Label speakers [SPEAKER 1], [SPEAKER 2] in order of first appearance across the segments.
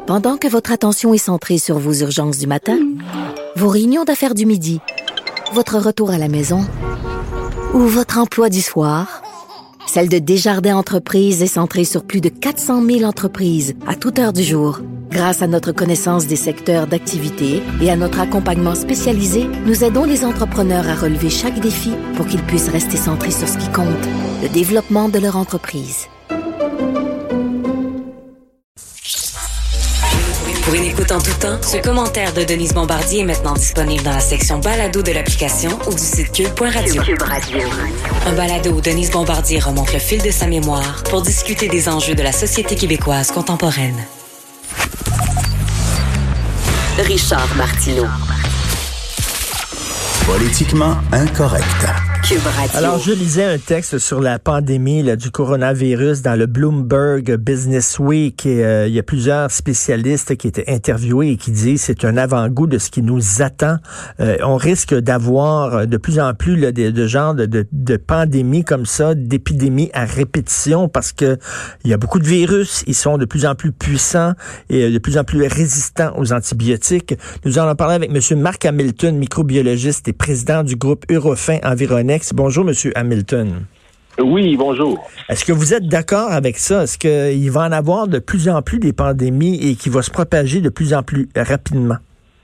[SPEAKER 1] Pendant que votre attention est centrée sur vos urgences du matin, vos réunions d'affaires du midi, votre retour à la maison ou votre emploi du soir, celle de Desjardins Entreprises est centrée sur plus de 400 000 entreprises à toute heure du jour. Grâce à notre connaissance des secteurs d'activité et à notre accompagnement spécialisé, nous aidons les entrepreneurs à relever chaque défi pour qu'ils puissent rester centrés sur ce qui compte, le développement de leur entreprise.
[SPEAKER 2] Pour une écoute en tout temps, ce commentaire de Denise Bombardier est maintenant disponible dans la section balado de l'application ou du site cube.radio. Un balado où Denise Bombardier remonte le fil de sa mémoire pour discuter des enjeux de la société québécoise contemporaine. Richard Martineau.
[SPEAKER 3] Politiquement incorrect.
[SPEAKER 2] Cube Radio.
[SPEAKER 4] Alors, je lisais un texte sur la pandémie du coronavirus dans le Bloomberg Business Week et il y a plusieurs spécialistes qui étaient interviewés et qui disent que c'est un avant-goût de ce qui nous attend. On risque d'avoir de plus en plus de genres de pandémies comme ça, d'épidémies à répétition parce que il y a beaucoup de virus, ils sont de plus en plus puissants et de plus en plus résistants aux antibiotiques. Nous allons parler avec M. Marc Hamilton, microbiologiste et président du groupe Eurofin Environex. Bonjour, M. Hamilton.
[SPEAKER 5] Oui, bonjour.
[SPEAKER 4] Est-ce que vous êtes d'accord avec ça? Est-ce qu'il va en avoir de plus en plus des pandémies et qui va se propager de plus en plus rapidement?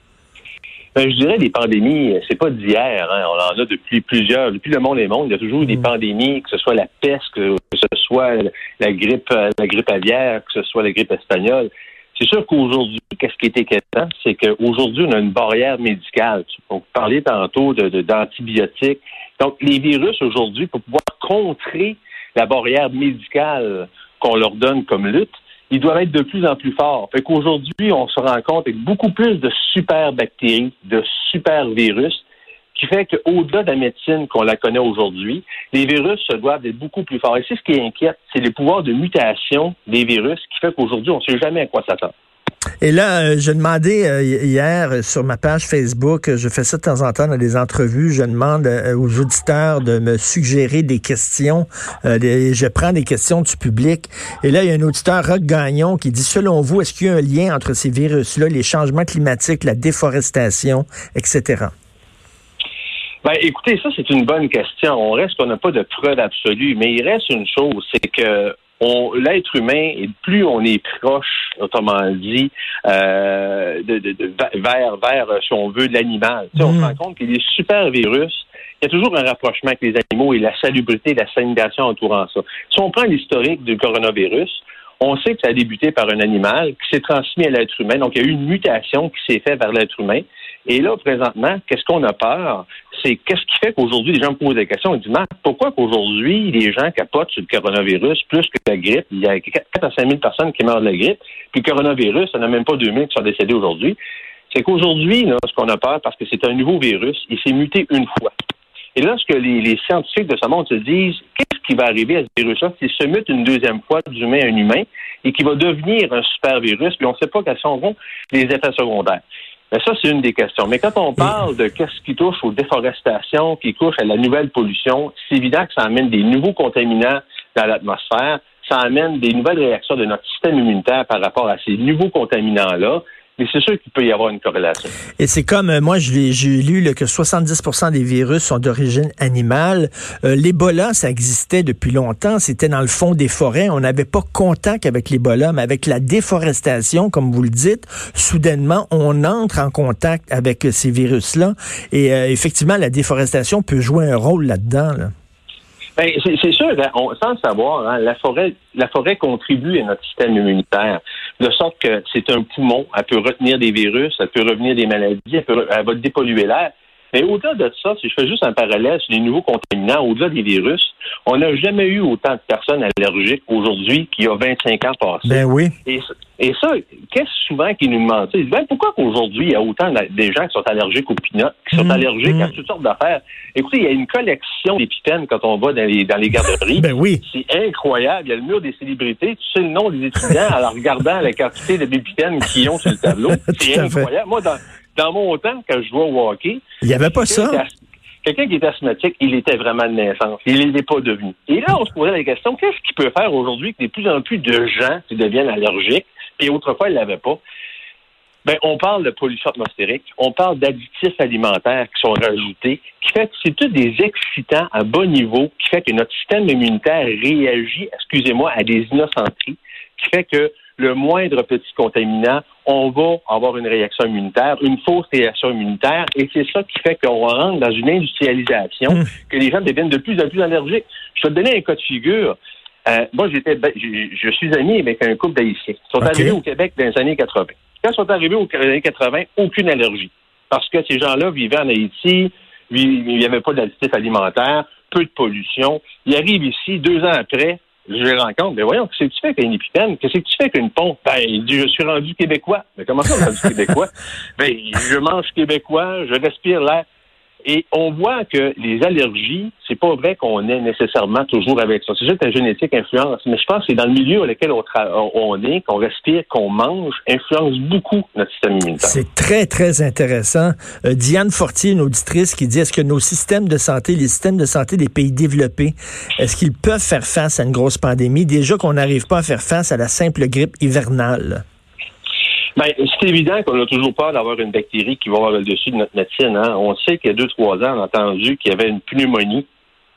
[SPEAKER 5] Je dirais des pandémies, c'est pas d'hier. Hein. On en a depuis le monde est monde. Il y a toujours eu des pandémies, que ce soit la peste, que ce soit la grippe aviaire, que ce soit la grippe espagnole. C'est sûr qu'aujourd'hui, qu'est-ce qui est inquiétant, c'est qu'aujourd'hui, on a une barrière médicale. On parlait tantôt d'antibiotiques. Donc, les virus, aujourd'hui, pour pouvoir contrer la barrière médicale qu'on leur donne comme lutte, ils doivent être de plus en plus forts. Fait qu'aujourd'hui, on se rend compte avec beaucoup plus de super bactéries, de super virus, qui fait qu'au-delà de la médecine qu'on la connaît aujourd'hui, les virus se doivent être beaucoup plus forts. Et c'est ce qui inquiète, c'est les pouvoirs de mutation des virus qui fait qu'aujourd'hui, on ne sait jamais à quoi s'attendre.
[SPEAKER 4] Et là, je demandais hier sur ma page Facebook, je fais ça de temps en temps dans des entrevues, je demande aux auditeurs de me suggérer des questions. Je prends des questions du public. Et là, il y a un auditeur, Roch Gagnon, qui dit, selon vous, est-ce qu'il y a un lien entre ces virus-là, les changements climatiques, la déforestation, etc.?
[SPEAKER 5] Écoutez, ça, c'est une bonne question. On reste qu'on n'a pas de preuve absolue, mais il reste une chose, c'est que l'être humain, et plus on est proche, autrement dit, vers, si on veut, de l'animal. On se rend compte que les super virus, il y a toujours un rapprochement avec les animaux et la salubrité, la sanitation entourant ça. Si on prend l'historique du coronavirus, on sait que ça a débuté par un animal qui s'est transmis à l'être humain. Donc, il y a eu une mutation qui s'est faite vers l'être humain. Et là, présentement, qu'est-ce qu'on a peur? C'est qu'est-ce qui fait qu'aujourd'hui, les gens me posent des questions. Ils disent, Marc, pourquoi qu'aujourd'hui, les gens capotent sur le coronavirus plus que la grippe? Il y a 4 à 5 000 personnes qui meurent de la grippe. Puis le coronavirus, il n'y en a même pas 2 000 qui sont décédés aujourd'hui. C'est qu'aujourd'hui, là, ce qu'on a peur, parce que c'est un nouveau virus, il s'est muté une fois. Et là, ce que les scientifiques de ce monde se disent, qu'est-ce qui va arriver à ce virus-là s'il se mute une deuxième fois d'humain à un humain et qui va devenir un super virus, puis on ne sait pas quels seront les effets secondaires. Mais ça, c'est une des questions. Mais quand on parle de qu'est-ce qui touche aux déforestations, qui touche à la nouvelle pollution, c'est évident que ça amène des nouveaux contaminants dans l'atmosphère, ça amène des nouvelles réactions de notre système immunitaire par rapport à ces nouveaux contaminants-là. Mais c'est sûr qu'il peut y avoir une corrélation.
[SPEAKER 4] Et c'est comme, moi, j'ai lu que 70% des virus sont d'origine animale. L'Ebola, ça existait depuis longtemps. C'était dans le fond des forêts. On n'avait pas contact avec l'Ebola, mais avec la déforestation, comme vous le dites, soudainement, on entre en contact avec ces virus-là. Et effectivement, la déforestation peut jouer un rôle là-dedans, là.
[SPEAKER 5] C'est sûr, sans le savoir, hein, la forêt contribue à notre système immunitaire, de sorte que c'est un poumon, elle peut retenir des virus, elle peut revenir des maladies, elle va dépolluer l'air. Mais au-delà de ça, si je fais juste un parallèle sur les nouveaux contaminants, au-delà des virus, on n'a jamais eu autant de personnes allergiques aujourd'hui qu'il y a 25 ans passés.
[SPEAKER 4] Ben oui.
[SPEAKER 5] Et ça, qu'est-ce souvent qu'ils nous demandent? Ils disent, pourquoi qu'aujourd'hui, il y a autant des gens qui sont allergiques aux peanuts, qui sont allergiques à toutes sortes d'affaires? Écoutez, il y a une collection d'épipènes quand on va dans les garderies.
[SPEAKER 4] Ben oui.
[SPEAKER 5] C'est incroyable. Il y a le mur des célébrités. Tu sais le nom des étudiants en regardant la quantité de d'épipènes qu'ils ont sur le tableau. C'est incroyable. Moi, dans mon temps, quand je jouais au hockey...
[SPEAKER 4] Il n'y avait pas ça.
[SPEAKER 5] Quelqu'un qui est asthmatique, il était vraiment de naissance. Il l'est pas devenu. Et là, on se posait la question, qu'est-ce qu'il peut faire aujourd'hui que de plus en plus de gens qui deviennent allergiques, puis autrefois, ils l'avaient pas? Ben, on parle de pollution atmosphérique, on parle d'additifs alimentaires qui sont rajoutés, qui fait que c'est tous des excitants à bas niveau, qui fait que notre système immunitaire réagit, à des innocenteries, qui fait que le moindre petit contaminant, on va avoir une réaction immunitaire, une fausse réaction immunitaire, et c'est ça qui fait qu'on rentre dans une industrialisation, que les gens deviennent de plus en plus allergiques. Je vais te donner un cas de figure. Moi, je suis ami avec un couple d'Haïtiens. Ils sont arrivés au Québec dans les années 80. Quand ils sont arrivés aux années 80, aucune allergie. Parce que ces gens-là vivaient en Haïti, il n'y avait pas d'additifs alimentaires, peu de pollution. Ils arrivent ici, 2 ans après, je les rencontre. Ben voyons, qu'est-ce que tu fais avec un épipène? Qu'est-ce que tu fais avec une pompe? Ben, il dit, je suis rendu québécois. Mais comment ça, rendu québécois? Ben, je mange québécois, je respire l'air. Et on voit que les allergies, c'est pas vrai qu'on est nécessairement toujours avec ça. C'est juste que la génétique influence. Mais je pense que c'est dans le milieu dans lequel on est, qu'on respire, qu'on mange, influence beaucoup notre système immunitaire.
[SPEAKER 4] C'est très, très intéressant. Diane Fortier, une auditrice, qui dit, est-ce que nos systèmes de santé, les systèmes de santé des pays développés, est-ce qu'ils peuvent faire face à une grosse pandémie? Déjà qu'on n'arrive pas à faire face à la simple grippe hivernale.
[SPEAKER 5] Ben, c'est évident qu'on a toujours peur d'avoir une bactérie qui va avoir le dessus de notre médecine. Hein? On sait qu'il y a 2-3 ans, on a entendu qu'il y avait une pneumonie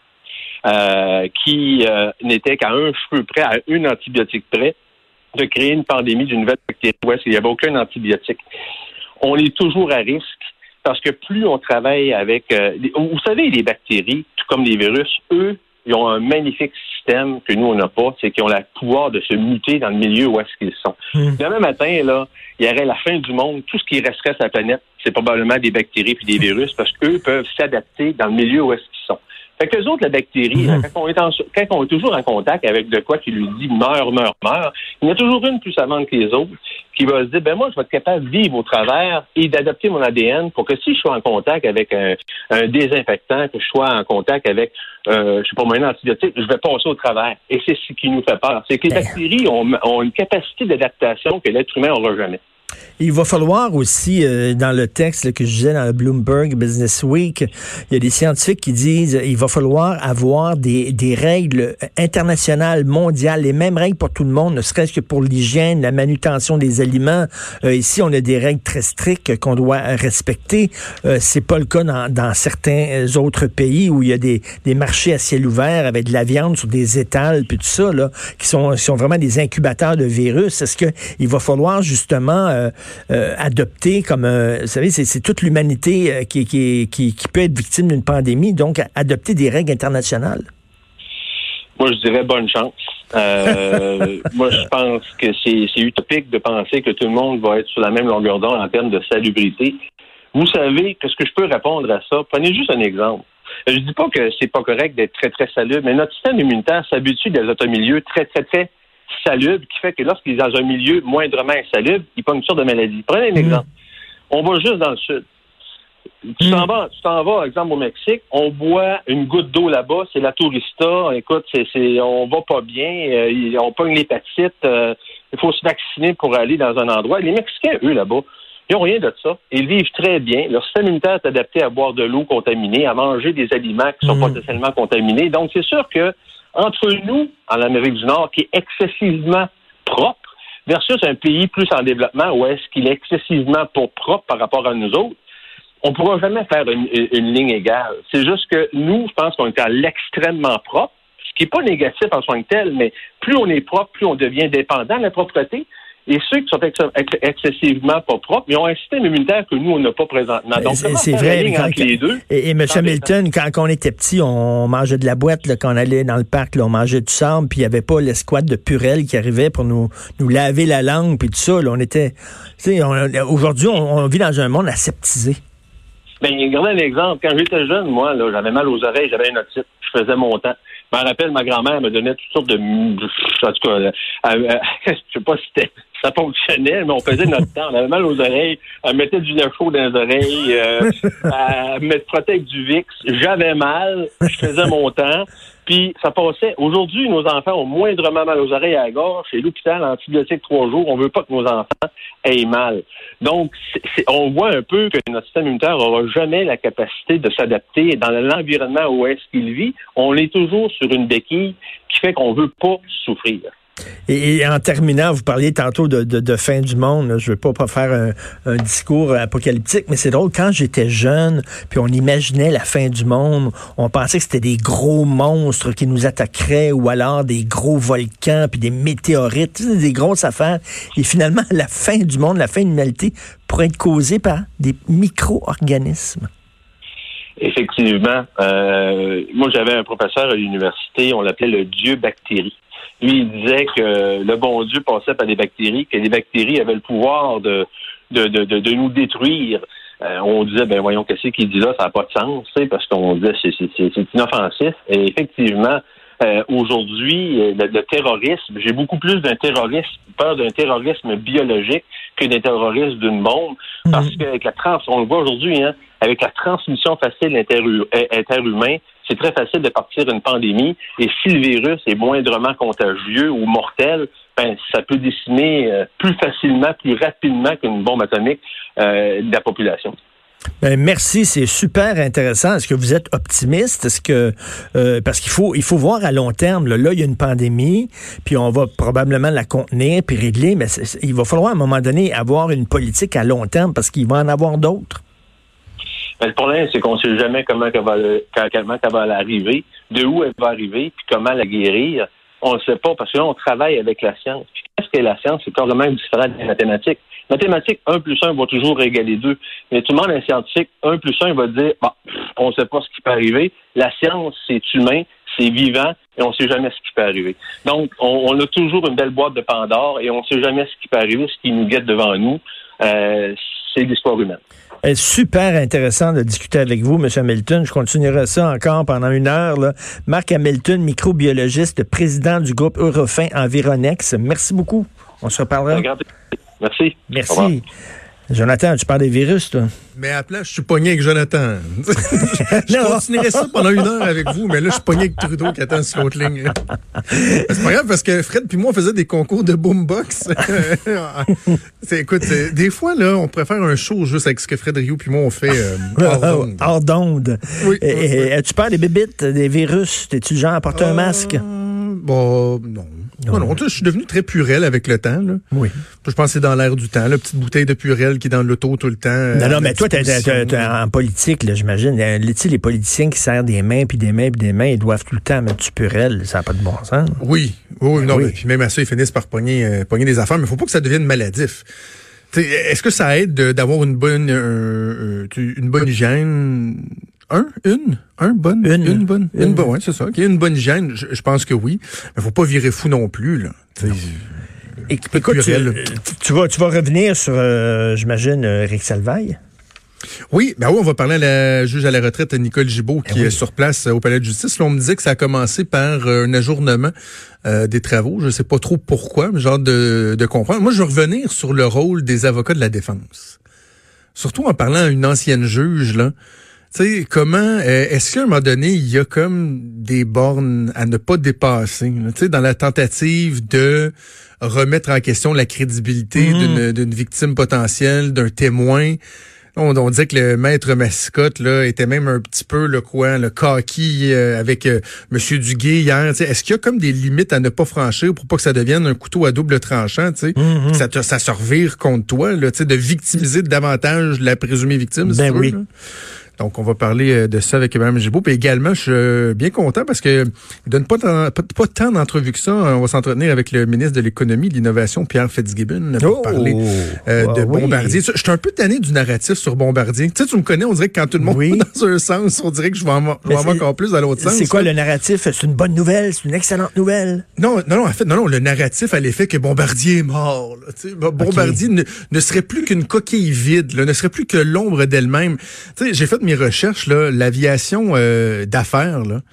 [SPEAKER 5] qui n'était qu'à un cheveu près, à une antibiotique près, de créer une pandémie d'une nouvelle bactérie. Ouais, il n'y avait aucun antibiotique. On est toujours à risque parce que plus on travaille avec... vous savez, les bactéries, tout comme les virus, eux, ils ont un magnifique système que nous, on n'a pas, c'est qu'ils ont le pouvoir de se muter dans le milieu où est-ce qu'ils sont. Demain matin, là, il y aurait la fin du monde. Tout ce qui resterait sur la planète, c'est probablement des bactéries puis des virus parce qu'eux peuvent s'adapter dans le milieu où est-ce qu'ils sont. Fait qu'eux autres, la bactérie, quand on est toujours en contact avec de quoi qui lui dit meurs, il y en a toujours une plus savante que les autres qui va se dire, ben moi, je vais être capable de vivre au travers et d'adapter mon ADN pour que si je suis en contact avec un désinfectant, que je sois en contact avec, un antibiotique, je vais passer au travers. Et c'est ce qui nous fait peur. C'est que les bactéries ont une capacité d'adaptation que l'être humain n'aura jamais.
[SPEAKER 4] Il va falloir aussi, dans le texte là, que je disais dans le Bloomberg Business Week, il y a des scientifiques qui disent il va falloir avoir des règles internationales, mondiales, les mêmes règles pour tout le monde, ne serait-ce que pour l'hygiène, la manutention des aliments. Ici, on a des règles très strictes qu'on doit respecter. C'est pas le cas dans certains autres pays où il y a des marchés à ciel ouvert avec de la viande sur des étals, puis tout ça, là, qui sont vraiment des incubateurs de virus. Est-ce qu'il va falloir justement adopter comme, vous savez, c'est toute l'humanité qui peut être victime d'une pandémie, donc adopter des règles internationales?
[SPEAKER 5] Moi, je dirais bonne chance. Moi, je pense que c'est utopique de penser que tout le monde va être sur la même longueur d'onde en termes de salubrité. Vous savez, qu'est-ce que je peux répondre à ça? Prenez juste un exemple. Je dis pas que c'est pas correct d'être très, très salubre, mais notre système immunitaire s'habitue dans un milieu très, très, très salubre, qui fait que lorsqu'il est dans un milieu moindrement insalubre, il pogne une sorte de maladie. Prenez un exemple. On va juste dans le sud. Tu t'en vas, exemple, au Mexique, on boit une goutte d'eau là-bas, c'est la tourista, écoute, on va pas bien, on pogne l'hépatite, il faut se vacciner pour aller dans un endroit. Les Mexicains, eux, là-bas, ils n'ont rien de ça. Ils vivent très bien. Leur système immunitaire est adapté à boire de l'eau contaminée, à manger des aliments qui sont potentiellement contaminés. Donc, c'est sûr que entre nous, en Amérique du Nord, qui est excessivement propre, versus un pays plus en développement où est-ce qu'il est excessivement pas propre par rapport à nous autres, on ne pourra jamais faire une ligne égale. C'est juste que nous, je pense qu'on est à l'extrêmement propre, ce qui n'est pas négatif en soi que tel, mais plus on est propre, plus on devient dépendant de la propreté. Et ceux qui sont excessivement pas propres, ils ont un système immunitaire que nous, on n'a pas présentement. Donc,
[SPEAKER 4] c'est vrai. Entre les deux, et M. Hamilton, quand on était petit, on mangeait de la boîte, là, quand on allait dans le parc, là, on mangeait du sable, puis il n'y avait pas l'escouade de Purell qui arrivait pour nous laver la langue, puis tout ça. Là, on était, aujourd'hui, on vit dans un monde aseptisé.
[SPEAKER 5] Ben, regardez un exemple. Quand j'étais jeune, moi, là, j'avais mal aux oreilles, j'avais une otite, je faisais mon temps. Je me rappelle, ma grand-mère me donnait toutes sortes de... En tout cas, je sais pas si c'était ça fonctionnait, mais on faisait notre temps. On avait mal aux oreilles, on mettait du lait chaud dans les oreilles, on me frottait avec du Vicks. J'avais mal, je faisais mon temps. Puis ça passait. Aujourd'hui, nos enfants ont moindrement mal aux oreilles et à la gorge. Chez l'hôpital, antibiotiques 3 jours. On veut pas que nos enfants aient mal. Donc, on voit un peu que notre système immunitaire n'aura jamais la capacité de s'adapter dans l'environnement où est-ce qu'il vit. On est toujours sur une béquille qui fait qu'on veut pas souffrir.
[SPEAKER 4] Et en terminant, vous parliez tantôt de fin du monde. Là. Je veux pas faire un discours apocalyptique, mais c'est drôle. Quand j'étais jeune, puis on imaginait la fin du monde, on pensait que c'était des gros monstres qui nous attaqueraient ou alors des gros volcans, puis des météorites, des grosses affaires. Et finalement, la fin du monde, la fin de l'humanité pourrait être causée par des micro-organismes.
[SPEAKER 5] Effectivement. Moi, j'avais un professeur à l'université, on l'appelait le dieu bactérie. Lui, il disait que le bon Dieu passait par des bactéries, que les bactéries avaient le pouvoir de nous détruire. On disait, ben voyons, qu'est-ce qu'il dit là, ça n'a pas de sens, parce qu'on disait c'est inoffensif. Et effectivement, aujourd'hui, le terrorisme, j'ai beaucoup plus peur d'un terrorisme biologique que d'un terrorisme d'une bombe, parce qu'avec on le voit aujourd'hui, avec la transmission facile interhumain, c'est très facile de partir une pandémie. Et si le virus est moindrement contagieux ou mortel, ça peut décimer plus facilement, plus rapidement qu'une bombe atomique la population.
[SPEAKER 4] Merci, c'est super intéressant. Est-ce que vous êtes optimiste? Est-ce que parce qu'il faut voir à long terme. Là, il y a une pandémie, puis on va probablement la contenir puis régler, mais il va falloir à un moment donné avoir une politique à long terme parce qu'il va en avoir d'autres.
[SPEAKER 5] Le problème, c'est qu'on ne sait jamais comment elle va arriver, de où elle va arriver, puis comment la guérir. On ne sait pas, parce que là, on travaille avec la science. Puis qu'est-ce qu'est la science? C'est carrément différent des mathématiques. Mathématiques, 1 plus 1 va toujours égaler 2. Mais tout le monde, un scientifique, 1 plus 1 va dire, on ne sait pas ce qui peut arriver. La science, c'est humain, c'est vivant, et on ne sait jamais ce qui peut arriver. Donc, on a toujours une belle boîte de Pandore, et on ne sait jamais ce qui peut arriver, ce qui nous guette devant nous. C'est l'histoire humaine.
[SPEAKER 4] Super intéressant de discuter avec vous, M. Hamilton. Je continuerai ça encore pendant 1 heure. Là. Marc Hamilton, microbiologiste, président du groupe Eurofin Environex. Merci beaucoup. On se reparlera.
[SPEAKER 5] Merci.
[SPEAKER 4] Merci. Jonathan, tu parles des virus, toi?
[SPEAKER 6] Mais à la place, je suis pogné avec Jonathan. Je continuerai ça pendant 1 heure avec vous, mais là, je suis pogné avec Trudeau qui attend sur l'autre ligne. C'est pas grave, parce que Fred puis moi, on faisait des concours de boombox. Écoute, des fois, là, on pourrait faire un show juste avec ce que Fred Rioux puis moi, on fait
[SPEAKER 4] hors d'onde.
[SPEAKER 6] Oui.
[SPEAKER 4] Tu parles des bébites, des virus? T'es-tu le genre à porter un masque?
[SPEAKER 6] Bon, non. Non, je suis devenu très Purel avec le temps. Là.
[SPEAKER 4] Oui.
[SPEAKER 6] Je pense que c'est dans l'air du temps. La petite bouteille de Purel qui est dans l'auto tout le temps.
[SPEAKER 4] Non, mais toi, t'es en politique, là, j'imagine. Les politiciens qui serrent des mains, puis des mains, puis des mains, ils doivent tout le temps mettre du Purel. Ça n'a pas de bon sens.
[SPEAKER 6] Oui. Mais puis même à ça, ils finissent par pogner des affaires. Mais il faut pas que ça devienne maladif. Est-ce que ça aide d'avoir une bonne hygiène? Une bonne, ouais, c'est ça. Qu'il y ait une bonne hygiène, je pense que oui. Mais faut pas virer fou non plus, là.
[SPEAKER 4] Écoute, tu vas revenir sur, j'imagine, Rick Salvaille?
[SPEAKER 6] Oui, on va parler à la juge à la retraite, Nicole Gibault, qui est sur place au Palais de justice. Là, on me disait que ça a commencé par un ajournement des travaux. Je sais pas trop pourquoi, mais j'ai hâte de comprendre. Moi, je veux revenir sur le rôle des avocats de la défense. Surtout en parlant à une ancienne juge, là. Tu sais, comment, est-ce qu'à un moment donné, il y a comme des bornes à ne pas dépasser, tu sais, dans la tentative de remettre en question la crédibilité d'une victime potentielle, d'un témoin. On disait que le maître Mascotte là était même un petit peu le coquille avec Monsieur Duguay hier. T'sais, est-ce qu'il y a comme des limites à ne pas franchir pour pas que ça devienne un couteau à double tranchant, tu sais, ça se revire contre toi, là, tu sais, de victimiser davantage la présumée victime.
[SPEAKER 4] Ben oui.
[SPEAKER 6] Là. Donc, on va parler de ça avec Mme Gibault. Puis également, je suis bien content parce que il donne pas tant d'entrevues que ça. On va s'entretenir avec le ministre de l'Économie et de l'Innovation, Pierre Fitzgibbon, pour parler de Bombardier. Je suis un peu tanné du narratif sur Bombardier. Tu sais, tu me connais, on dirait que quand tout le monde va dans un sens, on dirait que je vais en encore plus dans l'autre sens.
[SPEAKER 4] C'est quoi le narratif? C'est une bonne nouvelle? C'est une excellente nouvelle?
[SPEAKER 6] Non, en fait, le narratif à l'effet que Bombardier est mort. Là, Bombardier ne serait plus qu'une coquille vide, là, ne serait plus que l'ombre d'elle-même. Tu sais, j'ai fait mes recherches, là, l'aviation d'affaires, là,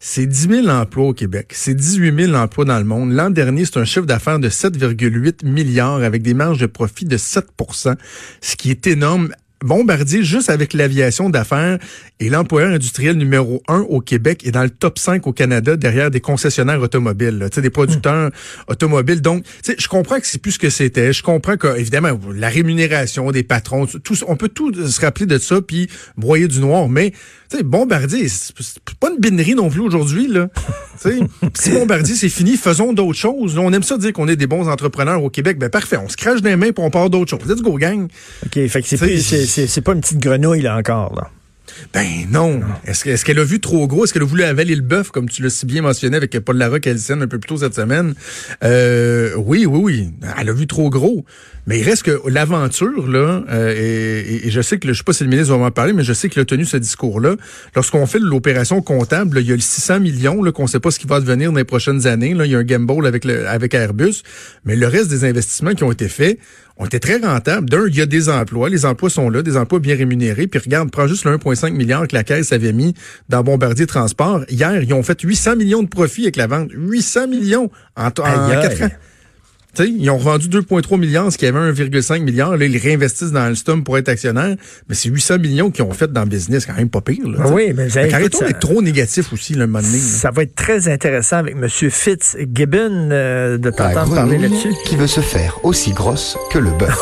[SPEAKER 6] c'est 10 000 emplois au Québec. C'est 18 000 emplois dans le monde. L'an dernier, c'est un chiffre d'affaires de 7,8 milliards avec des marges de profit de 7 %, ce qui est énorme. Bombardier, juste avec l'aviation d'affaires, est l'employeur industriel numéro 1 au Québec et dans le top 5 au Canada derrière des concessionnaires automobiles, là, des producteurs automobiles. Donc, je comprends que c'est plus ce que c'était. Je comprends que, évidemment, la rémunération des patrons, on peut tout se rappeler de ça puis broyer du noir, mais Bombardier, c'est pas une binerie non plus aujourd'hui, là. Si Bombardier, c'est fini, faisons d'autres choses. On aime ça dire qu'on est des bons entrepreneurs au Québec. Ben parfait, on se crache dans les mains puis on part d'autres choses. Let's go, gang.
[SPEAKER 4] OK, fait que c'est pas une petite grenouille, là, encore, là.
[SPEAKER 6] Ben non. Est-ce qu'elle a vu trop gros? Est-ce qu'elle a voulu avaler le bœuf, comme tu l'as si bien mentionné avec Paul Larocque-Ellison un peu plus tôt cette semaine? Oui. Elle a vu trop gros. Mais il reste que l'aventure, là, et je sais que, je sais pas si le ministre va m'en parler, mais je sais qu'il a tenu ce discours-là. Lorsqu'on fait l'opération comptable, là, il y a le 600 millions, là, qu'on sait pas ce qui va devenir dans les prochaines années. Là, il y a un gamble avec Airbus. Mais le reste des investissements qui ont été faits ont été très rentables. D'un, il y a des emplois. Les emplois sont là, des emplois bien rémunérés. Puis regarde, prends juste le 1,5 milliard que la Caisse avait mis dans Bombardier Transport. Hier, ils ont fait 800 millions de profits avec la vente. 800 millions en 4 ans. Ils ont revendu 2,3 milliards, ce qui avait 1,5 milliard. Là, ils réinvestissent dans Alstom pour être actionnaire. Mais c'est 800 millions qu'ils ont fait dans le business. C'est quand même pas pire. Là,
[SPEAKER 4] oui, mais
[SPEAKER 6] arrêtons d'être trop négatif aussi, le moment donné.
[SPEAKER 4] Ça va être très intéressant avec M. Fitzgibbon de t'entendre parler là-dessus.
[SPEAKER 3] Qui veut se faire aussi grosse que le bœuf.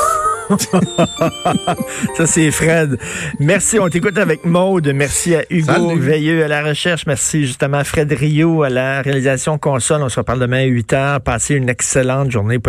[SPEAKER 4] Ça, c'est Fred. Merci. On t'écoute avec Maude. Merci à Hugo Veilleux à la recherche. Merci justement à Fred Rio à la réalisation console. On se reparle demain à 8h. Passez une excellente journée.